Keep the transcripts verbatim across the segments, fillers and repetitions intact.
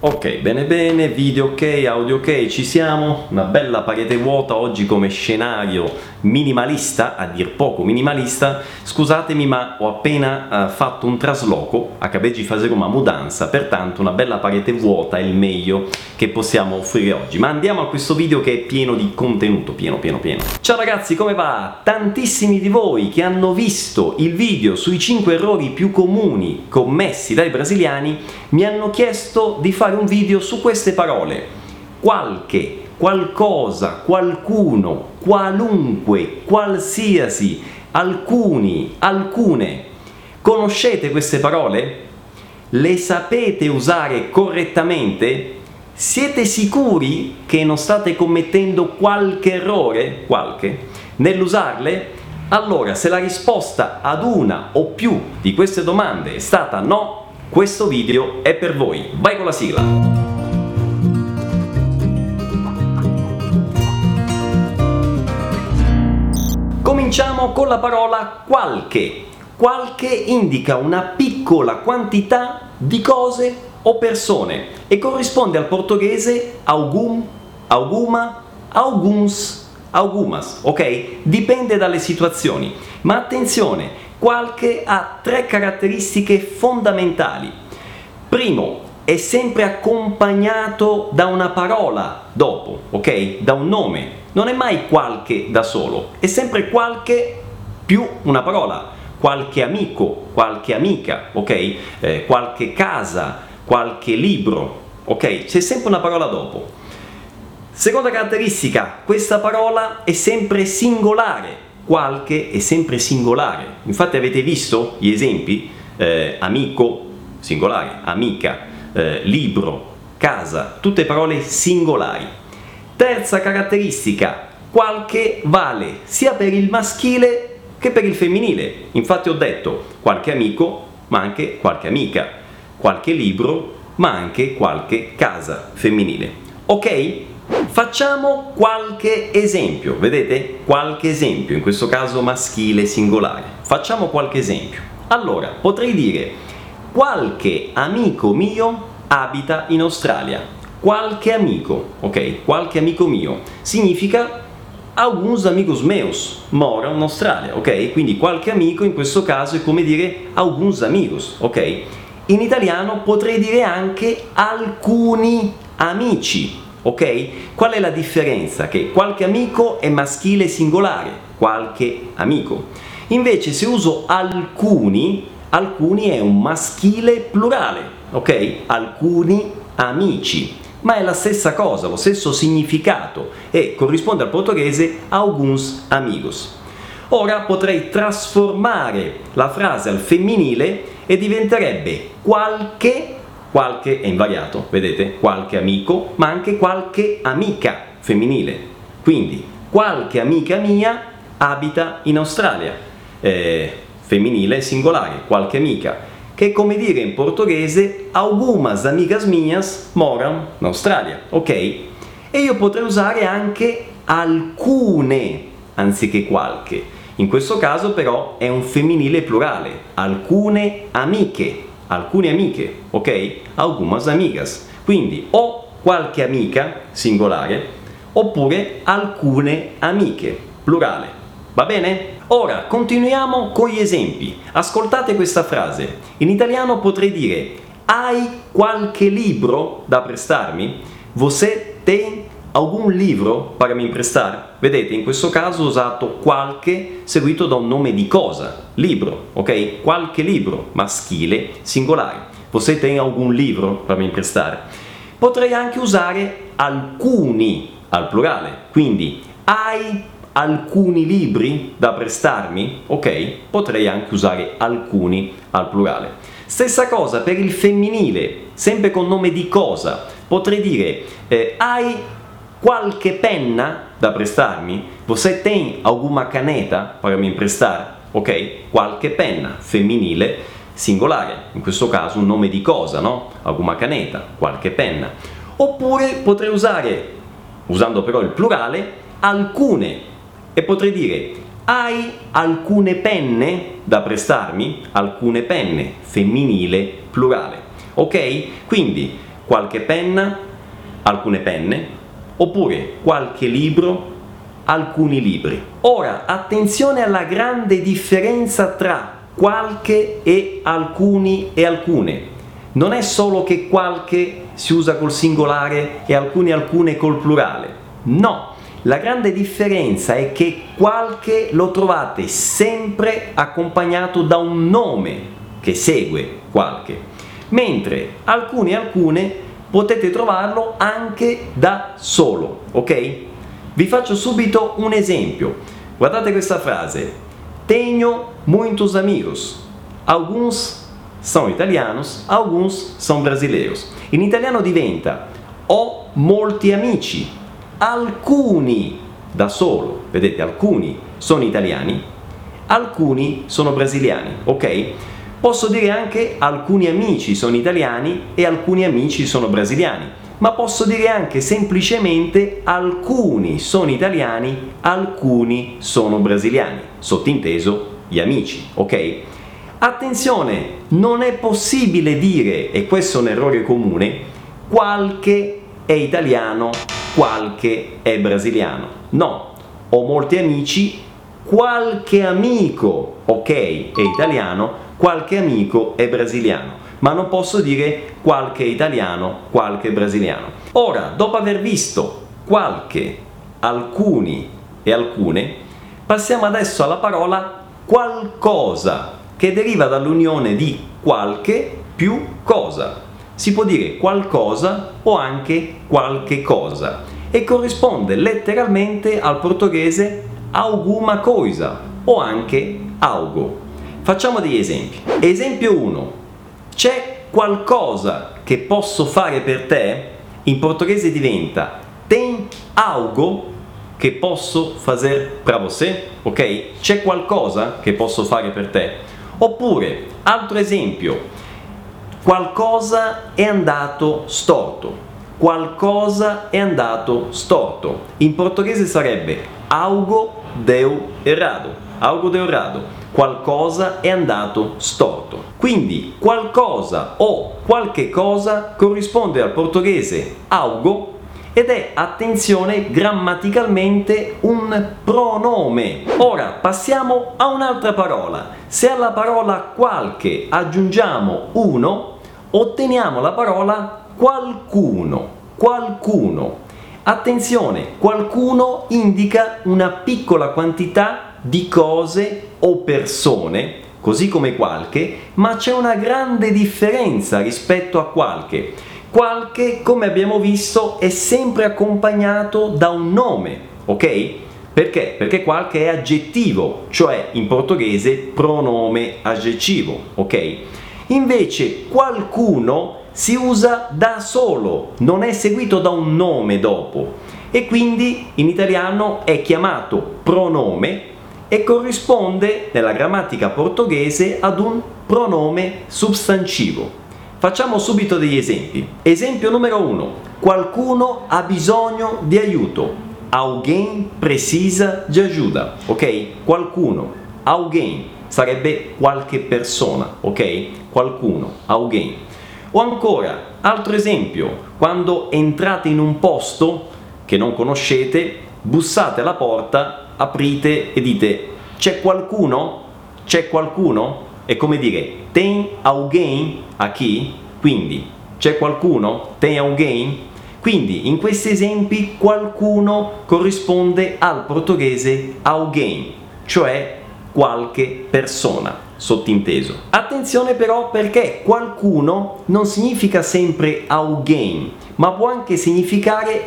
Ok, bene bene, video ok, audio ok, ci siamo, una bella parete vuota oggi come scenario minimalista, a dir poco minimalista. Scusatemi ma ho appena uh, fatto un trasloco, acabei di fare una mudanza, pertanto una bella parete vuota è il meglio che possiamo offrire oggi. Ma andiamo a questo video che è pieno di contenuto, pieno pieno pieno. Ciao ragazzi, come va? Tantissimi di voi che hanno visto il video sui cinque errori più comuni commessi dai brasiliani mi hanno chiesto di fare un video su queste parole: qualche, qualcosa, qualcuno, qualunque, qualsiasi, alcuni, alcune. Conoscete queste parole? Le sapete usare correttamente? Siete sicuri che non state commettendo qualche errore, qualche, nell'usarle? Allora, se la risposta ad una o più di queste domande è stata no, questo video è per voi. Vai con la sigla! Cominciamo con la parola qualche. Qualche indica una piccola quantità di cose o persone e corrisponde al portoghese algum, alguma, alguns, algumas, ok? Dipende dalle situazioni, ma attenzione, qualche ha tre caratteristiche fondamentali. Primo, è sempre accompagnato da una parola dopo, ok? Da un nome, non è mai qualche da solo, è sempre qualche più una parola. Qualche amico, qualche amica, ok? Eh, qualche casa, qualche libro, ok? C'è sempre una parola dopo. Seconda caratteristica, questa parola è sempre singolare, qualche è sempre singolare. Infatti avete visto gli esempi? Eh, amico, singolare, amica, eh, libro, casa, tutte parole singolari. Terza caratteristica, qualche vale sia per il maschile che per il femminile. Infatti ho detto qualche amico, ma anche qualche amica, qualche libro, ma anche qualche casa femminile. Ok? Facciamo qualche esempio, vedete? Qualche esempio, in questo caso maschile singolare. Facciamo qualche esempio. Allora, potrei dire qualche amico mio abita in Australia. Qualche amico, ok? Qualche amico mio significa alguns amigos meus moram in Australia, ok? Quindi qualche amico in questo caso è come dire alguns amigos, ok? In italiano potrei dire anche alcuni amici, ok? Qual è la differenza? Che qualche amico è maschile singolare, qualche amico. Invece se uso alcuni, alcuni è un maschile plurale, ok? Alcuni amici. Ma è la stessa cosa, lo stesso significato e corrisponde al portoghese alguns amigos. Ora potrei trasformare la frase al femminile e diventerebbe qualche, qualche è invariato, vedete? Qualche amico, ma anche qualche amica femminile. Quindi qualche amica mia abita in Australia, eh, femminile singolare, qualche amica, che è come dire in portoghese algumas amigas minhas moram in Australia, ok? E io potrei usare anche alcune anziché qualche. In questo caso però è un femminile plurale, alcune amiche, alcune amiche, ok? Algumas amigas. Quindi o qualche amica singolare oppure alcune amiche plurale. Va bene? Ora continuiamo con gli esempi. Ascoltate questa frase. In italiano potrei dire: hai qualche libro da prestarmi? Você tem algum livro para me emprestar? Vedete, in questo caso ho usato qualche seguito da un nome di cosa, libro, ok? Qualche libro, maschile, singolare. Você tem algum livro para me emprestar? Potrei anche usare alcuni al plurale, quindi hai alcuni libri da prestarmi? Ok, potrei anche usare alcuni al plurale. Stessa cosa per il femminile, sempre con nome di cosa. Potrei dire eh, hai qualche penna da prestarmi? Você tem alguma caneta para me emprestar? Ok, qualche penna, femminile, singolare. In questo caso un nome di cosa, no? Alguma caneta, qualche penna. Oppure potrei usare, usando però il plurale, alcune. E potrei dire hai alcune penne da prestarmi? Alcune penne, femminile, plurale. Ok? Quindi qualche penna, alcune penne, oppure qualche libro, alcuni libri. Ora, attenzione alla grande differenza tra qualche e alcuni e alcune. Non è solo che qualche si usa col singolare e alcuni e alcune col plurale. No, la grande differenza è che qualche lo trovate sempre accompagnato da un nome che segue qualche, mentre alcuni e alcune potete trovarlo anche da solo, ok? Vi faccio subito un esempio. Guardate questa frase. Tenho muitos amigos. Alguns são italianos, alguns são brasileiros. In italiano diventa ho molti amici. Alcuni da solo, vedete, alcuni sono italiani, alcuni sono brasiliani, ok? Posso dire anche alcuni amici sono italiani e alcuni amici sono brasiliani, ma posso dire anche semplicemente alcuni sono italiani, alcuni sono brasiliani, sottinteso gli amici, ok? Attenzione, non è possibile dire, e questo è un errore comune, qualche è italiano, qualche è brasiliano. No, ho molti amici, qualche amico, ok, è italiano, qualche amico è brasiliano, ma non posso dire qualche italiano, qualche brasiliano. Ora, dopo aver visto qualche, alcuni e alcune, passiamo adesso alla parola qualcosa, che deriva dall'unione di qualche più cosa. Si può dire qualcosa o anche qualche cosa e corrisponde letteralmente al portoghese alguma coisa o anche algo. Facciamo degli esempi. Esempio uno. C'è qualcosa che posso fare per te? In portoghese diventa tem algo che posso fazer para você? Ok? C'è qualcosa che posso fare per te? Oppure, altro esempio, qualcosa è andato storto. Qualcosa è andato storto. In portoghese sarebbe algo deu errado. Algo deu errado. Qualcosa è andato storto. Quindi qualcosa o qualche cosa corrisponde al portoghese algo ed è, attenzione, grammaticalmente un pronome. Ora passiamo a un'altra parola. Se alla parola qualche aggiungiamo uno, otteniamo la parola qualcuno. Qualcuno. Attenzione, qualcuno indica una piccola quantità di cose o persone, così come qualche, ma c'è una grande differenza rispetto a qualche. Qualche, come abbiamo visto, è sempre accompagnato da un nome, ok? Perché? Perché qualche è aggettivo, cioè in portoghese pronome aggettivo, ok? Invece qualcuno si usa da solo, non è seguito da un nome dopo e quindi in italiano è chiamato pronome e corrisponde nella grammatica portoghese ad un pronome sostantivo. Facciamo subito degli esempi. Esempio numero uno. Qualcuno ha bisogno di aiuto. Alguém precisa de ajuda. Ok? Qualcuno. Alguém sarebbe qualche persona. Ok? Qualcuno. Alguém. O ancora, altro esempio. Quando entrate in un posto che non conoscete, bussate alla porta, aprite e dite c'è qualcuno? C'è qualcuno? È come dire tem alguém aqui? Quindi c'è qualcuno? Tem alguém? Quindi in questi esempi qualcuno corrisponde al portoghese alguém, cioè qualche persona, sottinteso. Attenzione però perché qualcuno non significa sempre alguém, ma può anche significare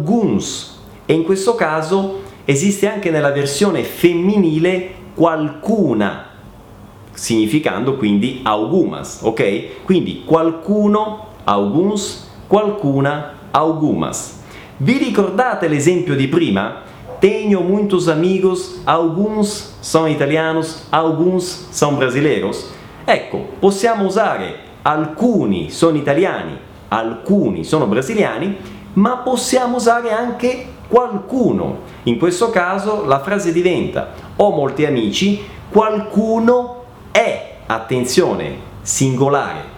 alguns e in questo caso esiste anche nella versione femminile qualcuna, significando quindi algumas, ok? Quindi qualcuno, alguns, qualcuna, algumas. Vi ricordate l'esempio di prima? Tenho muitos amigos, alguns são italianos, alguns são brasileiros. Ecco, possiamo usare alcuni sono italiani, alcuni sono brasiliani, ma possiamo usare anche qualcuno. In questo caso la frase diventa ho molti amici, qualcuno è, attenzione, singolare,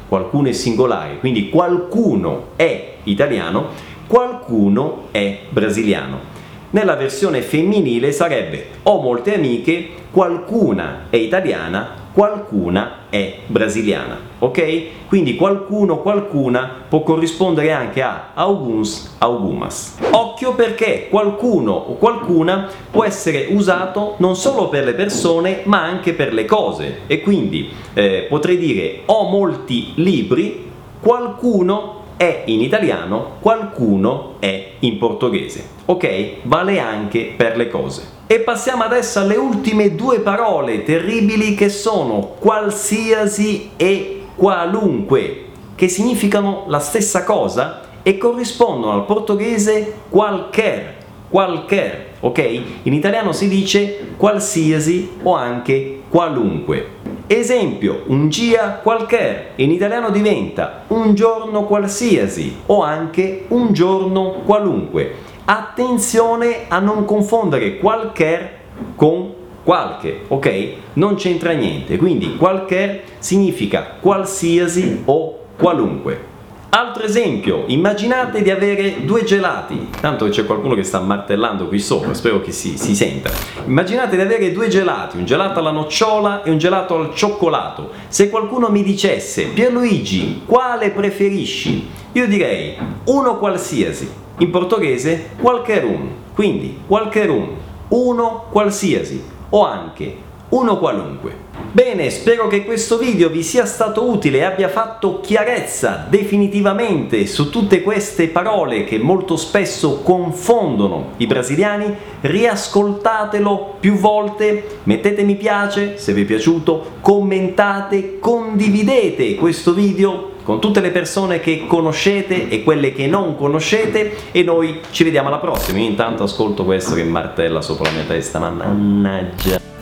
qualcuno è singolare, quindi qualcuno è italiano, qualcuno è brasiliano. Nella versione femminile sarebbe: ho molte amiche, qualcuna è italiana, qualcuna è brasiliana, ok? Quindi qualcuno, qualcuna può corrispondere anche a alguns, algumas. Occhio, perché qualcuno o qualcuna può essere usato non solo per le persone ma anche per le cose, e quindi eh, potrei dire: ho molti libri, qualcuno è in italiano, qualcuno è in portoghese, ok? Vale anche per le cose. E passiamo adesso alle ultime due parole terribili, che sono qualsiasi e qualunque, che significano la stessa cosa e corrispondono al portoghese qualquer, qualquer, ok? In italiano si dice qualsiasi o anche qualunque. Esempio: un dia qualquer, in italiano diventa un giorno qualsiasi o anche un giorno qualunque. Attenzione a non confondere qualquer con qualche, ok? Non c'entra niente, quindi qualquer significa qualsiasi o qualunque. Altro esempio: immaginate di avere due gelati, tanto che c'è qualcuno che sta martellando qui sopra, spero che si, si senta. Immaginate di avere due gelati, un gelato alla nocciola e un gelato al cioccolato. Se qualcuno mi dicesse: Pierluigi, quale preferisci? Io direi uno qualsiasi, in portoghese qualquer un, quindi qualquer un, uno qualsiasi o anche uno qualunque. Bene, spero che questo video vi sia stato utile e abbia fatto chiarezza definitivamente su tutte queste parole che molto spesso confondono i brasiliani. Riascoltatelo più volte, mettete mi piace se vi è piaciuto, commentate, condividete questo video con tutte le persone che conoscete e quelle che non conoscete, e noi ci vediamo alla prossima. Io intanto ascolto questo che martella sopra la mia testa, mannaggia.